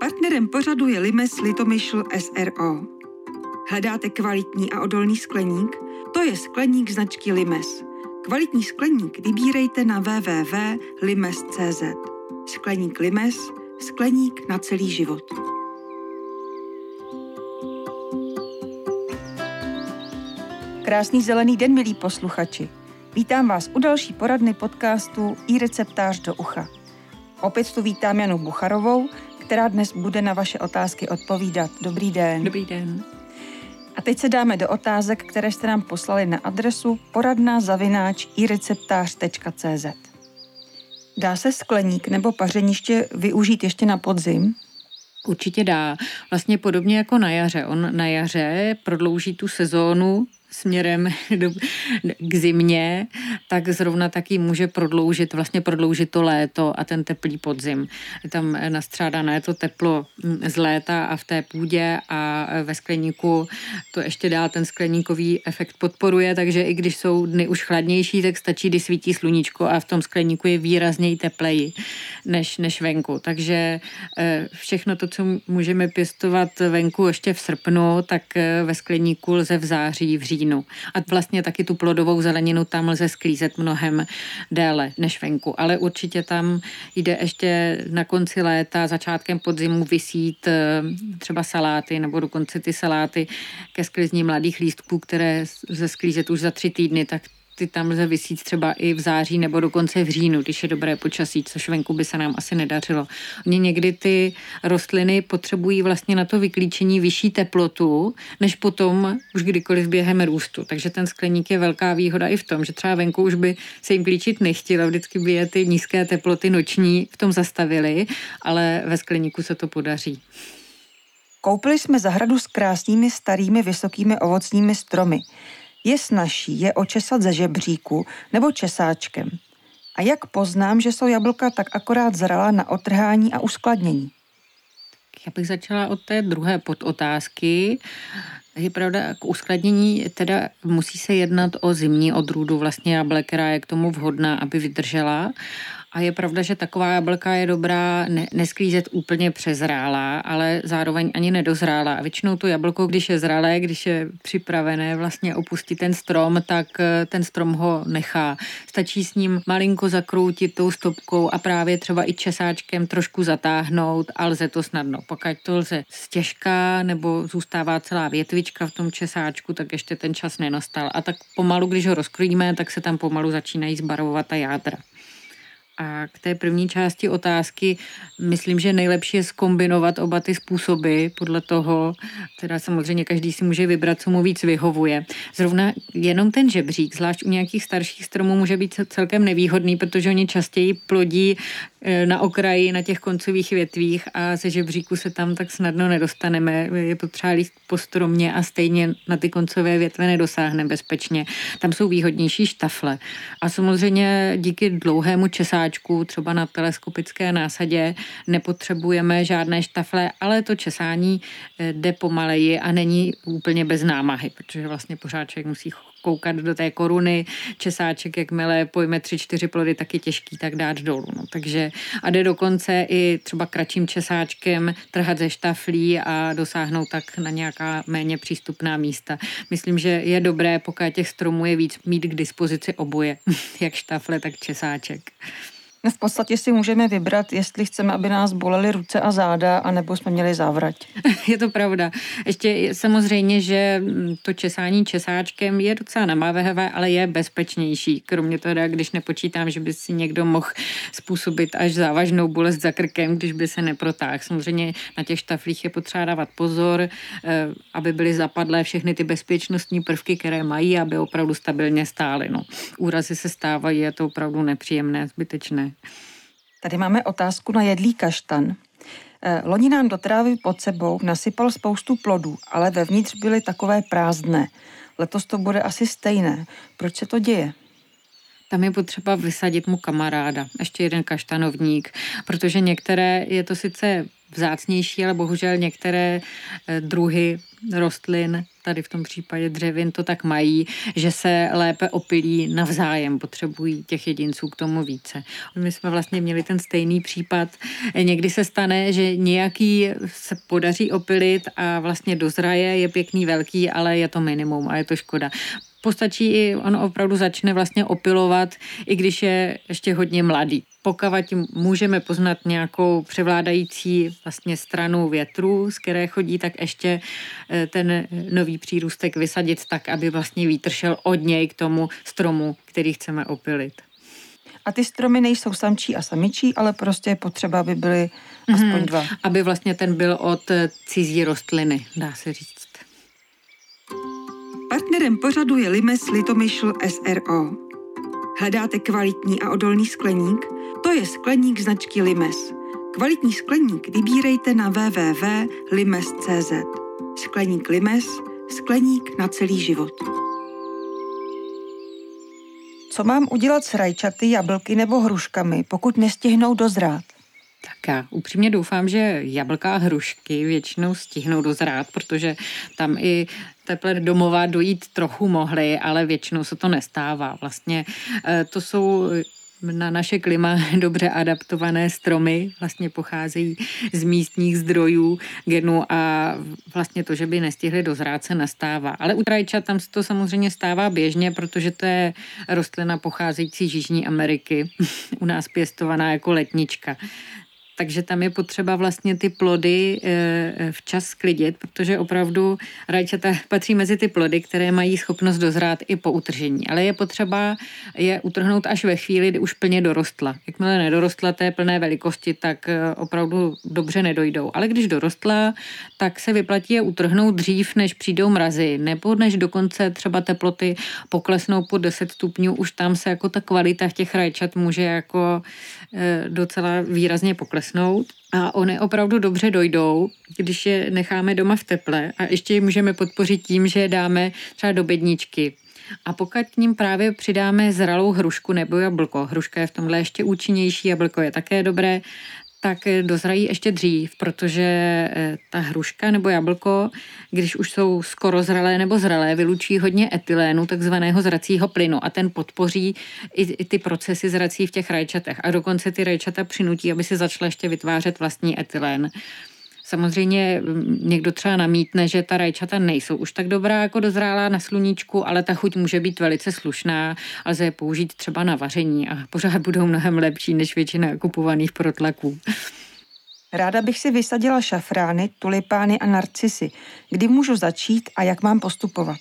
Partnerem pořadu je Limes Litomyšl s.r.o. Hledáte kvalitní a odolný skleník? To je skleník značky Limes. Kvalitní skleník vybírejte na www.limes.cz. Skleník Limes, skleník na celý život. Krásný zelený den, milí posluchači. Vítám vás u další poradny podcastu iReceptář do ucha. Opět tu vítám Janu Bucharovou, která dnes bude na vaše otázky odpovídat. Dobrý den. Dobrý den. A teď se dáme do otázek, které jste nám poslali na adresu poradna@ireceptář.cz. Dá se skleník nebo pařeniště využít ještě na podzim? Určitě dá. Vlastně podobně jako na jaře. On na jaře prodlouží tu sezónu směrem k zimě, tak zrovna taky může prodloužit to léto a ten teplý podzim. Je tam nastřádané to teplo z léta a v té půdě a ve skleníku to ještě dál ten skleníkový efekt podporuje, takže i když jsou dny už chladnější, tak stačí, když svítí sluníčko a v tom skleníku je výrazněji tepleji než venku. Takže všechno to, co můžeme pěstovat venku ještě v srpnu, tak ve skleníku lze v září, v říjnu. A vlastně taky tu plodovou zeleninu tam lze sklízet mnohem déle než venku. Ale určitě tam jde ještě na konci léta, začátkem podzimu vysít třeba saláty nebo dokonce ty saláty ke sklizní mladých lístků, které lze sklízet už za 3 týdny, tak ty tam lze vysít třeba i v září nebo dokonce v říjnu, když je dobré počasí, což venku by se nám asi nedařilo. Oni někdy ty rostliny potřebují vlastně na to vyklíčení vyšší teplotu, než potom už kdykoliv během růstu. Takže ten skleník je velká výhoda i v tom, že třeba venku už by se jim klíčit nechtělo, vždycky by je ty nízké teploty noční v tom zastavily, ale ve skleníku se to podaří. Koupili jsme zahradu s krásnými starými vysokými ovocnými stromy. Je snazší je očesat ze žebříku nebo česáčkem. A jak poznám, že jsou jablka tak akorát zralá na otrhání a uskladnění? Já bych začala od té druhé podotázky. Je pravda, k uskladnění teda musí se jednat o zimní odrůdu vlastně jablek, která je k tomu vhodná, aby vydržela. A je pravda, že taková jablka je dobrá nesklízet úplně přezrálá, ale zároveň ani nedozrálá. A většinou to jablko, když je zralé, když je připravené vlastně opustit ten strom, tak ten strom ho nechá. Stačí s ním malinko zakroutit tou stopkou a právě třeba i česáčkem trošku zatáhnout a lze to snadno. Pokud to lze stěžka nebo zůstává celá větvička v tom česáčku, tak ještě ten čas nenastal. A tak pomalu, když ho rozkrojíme, tak se tam pomalu začínají zbarvovat ta jádra. A k té první části otázky myslím, že nejlepší je zkombinovat oba ty způsoby podle toho, teda samozřejmě každý si může vybrat, co mu víc vyhovuje. Zrovna jenom ten žebřík, zvlášť u nějakých starších stromů, může být celkem nevýhodný, protože oni častěji plodí na okraji, na těch koncových větvích a ze žebříku se tam tak snadno nedostaneme. Je potřeba líst po stromě a stejně na ty koncové větve nedosáhneme bezpečně. Tam jsou výhodnější štafle. A samozřejmě díky dlouhému česáčku, třeba na teleskopické násadě, nepotřebujeme žádné štafle, ale to česání jde pomaleji a není úplně bez námahy, protože vlastně pořád člověk musí koukat do té koruny, česáček, jakmile pojme 3-4 plody, tak je těžký tak dát dolů. No. Takže a jde dokonce i třeba kratším česáčkem trhat ze štaflí a dosáhnout tak na nějaká méně přístupná místa. Myslím, že je dobré, pokud těch stromů je víc, mít k dispozici oboje, jak štafle, tak česáček. V podstatě si můžeme vybrat, jestli chceme, aby nás bolely ruce a záda, anebo jsme měli závrať. Je to pravda. Ještě samozřejmě, že to česání česáčkem je docela namáhavé, ale je bezpečnější. Kromě toho, když nepočítám, že by si někdo mohl způsobit až závažnou bolest za krkem, když by se neprotáhl. Samozřejmě na těch štaflích je potřeba dávat pozor, aby byly zapadlé všechny ty bezpečnostní prvky, které mají, aby opravdu stabilně stály. No. Úrazy se stávají, je to opravdu nepříjemné, zbytečné. Tady máme otázku na jedlý kaštan. Loni nám do trávy pod sebou nasypal spoustu plodů, ale vevnitř byly takové prázdné. Letos to bude asi stejné. Proč se to děje? Tam je potřeba vysadit mu kamaráda, ještě jeden kaštanovník, protože některé je to sice vzácnější, ale bohužel některé druhy rostlin, tady v tom případě dřevin, to tak mají, že se lépe opylí navzájem, potřebují těch jedinců k tomu více. My jsme vlastně měli ten stejný případ. Někdy se stane, že nějaký se podaří opylit a vlastně dozraje, je pěkný, velký, ale je to minimum a je to škoda. Postačí i, on opravdu začne vlastně opylovat, i když je ještě hodně mladý. Pokud můžeme poznat nějakou převládající vlastně stranu větru, z které chodí, tak ještě ten nový přírůstek vysadit tak, aby vlastně vítr šel od něj k tomu stromu, který chceme opylit. A ty stromy nejsou samčí a samičí, ale prostě je potřeba, aby byly aspoň dva. Aby vlastně ten byl od cizí rostliny, dá se říct. Partnerem pořadu je Limes Litomyšl s.r.o. Hledáte kvalitní a odolný skleník? To je skleník značky Limes. Kvalitní skleník vybírejte na www.limes.cz. Skleník Limes, skleník na celý život. Co mám udělat s rajčaty, jablky nebo hruškami, pokud nestihnou dozrát? Tak já upřímně doufám, že jablka a hrušky většinou stihnou dozrát, protože tam i teple domová dojít trochu mohly, ale většinou se to nestává. Vlastně to jsou na naše klima dobře adaptované stromy, vlastně pocházejí z místních zdrojů genu a vlastně to, že by nestihly dozrát, se nastává. Ale u rajčat tam se to samozřejmě stává běžně, protože to je rostlina pocházející z Jižní Ameriky, u nás pěstovaná jako letnička. Takže tam je potřeba vlastně ty plody včas sklidit, protože opravdu rajčata patří mezi ty plody, které mají schopnost dozrát i po utržení. Ale je potřeba je utrhnout až ve chvíli, kdy už plně dorostla. Jakmile nedorostla té plné velikosti, tak opravdu dobře nedojdou. Ale když dorostla, tak se vyplatí je utrhnout dřív, než přijdou mrazy, nebo než dokonce třeba teploty poklesnou pod 10 stupňů, už tam se jako ta kvalita těch rajčat může jako docela výrazně poklesnout. A oni opravdu dobře dojdou, když je necháme doma v teple a ještě je můžeme podpořit tím, že je dáme třeba do bedničky. A pokud k ním právě přidáme zralou hrušku nebo jablko, hruška je v tomhle ještě účinnější, jablko je také dobré, tak dozrají ještě dřív, protože ta hruška nebo jablko, když už jsou skoro zralé nebo zralé, vylučí hodně etylénu, takzvaného zracího plynu a ten podpoří i ty procesy zrací v těch rajčatech a dokonce ty rajčata přinutí, aby se začala ještě vytvářet vlastní etylén. Samozřejmě někdo třeba namítne, že ta rajčata nejsou už tak dobrá jako dozrálá na sluníčku, ale ta chuť může být velice slušná a lze je použít třeba na vaření a pořád budou mnohem lepší než většina kupovaných protlaků. Ráda bych si vysadila šafrány, tulipány a narcisy. Kdy můžu začít a jak mám postupovat?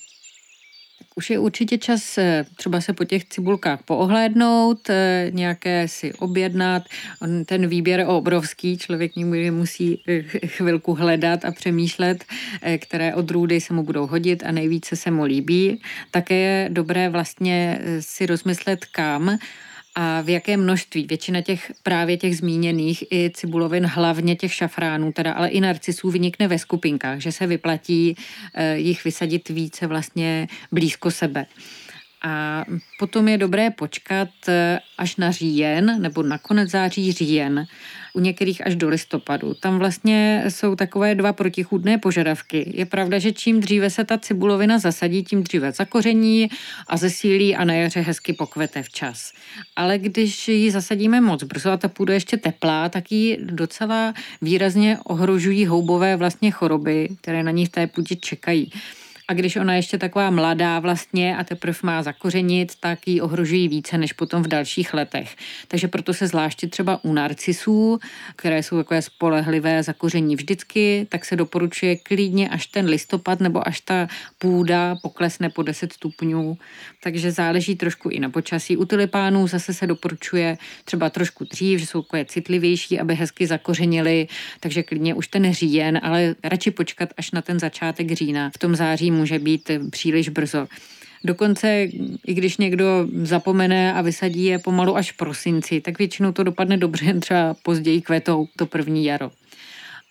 Už je určitě čas třeba se po těch cibulkách poohlédnout, nějaké si objednat. Ten výběr je obrovský, člověk někdy musí chvilku hledat a přemýšlet, které odrůdy se mu budou hodit a nejvíce se mu líbí. Také je dobré vlastně si rozmyslet kam a v jaké množství. Většina právě těch zmíněných i cibulovin, hlavně těch šafránů, teda, ale i narcisů vynikne ve skupinkách, že se vyplatí jich vysadit více vlastně blízko sebe. A potom je dobré počkat až na říjen, nebo na konec září říjen, u některých až do listopadu. Tam vlastně jsou takové dva protichůdné požadavky. Je pravda, že čím dříve se ta cibulovina zasadí, tím dříve zakoření a zesílí a na jaře hezky pokvete včas. Ale když ji zasadíme moc brzo a ta půda ještě teplá, tak ji docela výrazně ohrožují houbové vlastně choroby, které na ní v té půdě čekají. A když ona ještě taková mladá vlastně a teprve má zakořenit, tak ji ohrožují více než potom v dalších letech. Takže proto se zvláště třeba u narcisů, které jsou takové spolehlivé zakoření vždycky, tak se doporučuje klidně až ten listopad nebo až ta půda poklesne po 10 stupňů. Takže záleží trošku i na počasí. U tulipánů zase se doporučuje třeba trošku dřív, že jsou takové citlivější, aby hezky zakořenili, takže klidně už ten říjen, ale radši počkat až na ten začátek října. V tom září může být příliš brzo. Dokonce, i když někdo zapomene a vysadí je pomalu až v prosinci, tak většinou to dopadne dobře, třeba později kvetou to první jaro.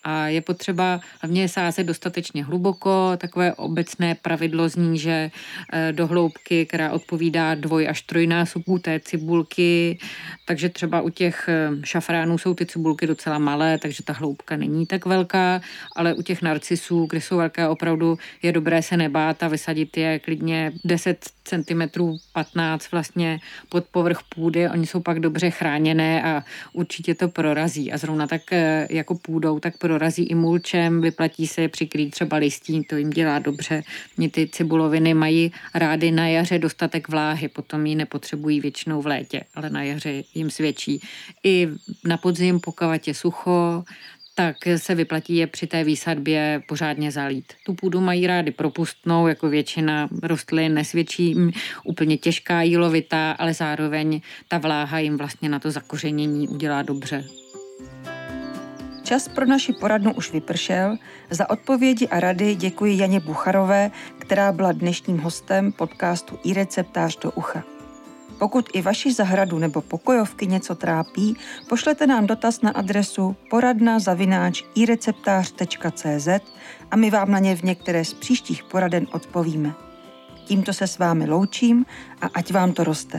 A je potřeba hlavně sázet dostatečně hluboko. Takové obecné pravidlo zní, že do hloubky, která odpovídá 2 až 3násobku té cibulky. Takže třeba u těch šafránů jsou ty cibulky docela malé, takže ta hloubka není tak velká, ale u těch narcisů, kde jsou velké, opravdu je dobré se nebát a vysadit je klidně 10 cm, 15 vlastně pod povrch půdy. Oni jsou pak dobře chráněné a určitě to prorazí. A zrovna tak jako půdou, tak prorazí i mulčem, vyplatí se je přikrýt třeba listí, to jim dělá dobře. Mě ty cibuloviny mají rády na jaře dostatek vláhy, potom ji nepotřebují většinou v létě, ale na jaře jim svědčí. I na podzim, pokud je sucho, tak se vyplatí je při té výsadbě pořádně zalít. Tu půdu mají rády propustnou, jako většina rostlin, nesvědčí úplně těžká, jílovitá, ale zároveň ta vláha jim vlastně na to zakořenění udělá dobře. Čas pro naši poradnu už vypršel. Za odpovědi a rady děkuji Janě Bucharové, která byla dnešním hostem podcastu iReceptář do ucha. Pokud i vaši zahradu nebo pokojovky něco trápí, pošlete nám dotaz na adresu poradna@ireceptář.cz a my vám na ně v některé z příštích poraden odpovíme. Tímto se s vámi loučím a ať vám to roste.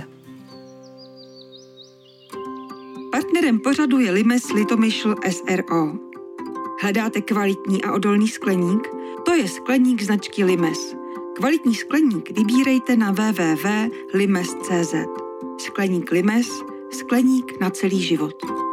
Partnerem pořadu je Limes Litomyšl s.r.o. Hledáte kvalitní a odolný skleník? To je skleník značky Limes. Kvalitní skleník vybírejte na www.limes.cz. Skleník Limes, skleník na celý život.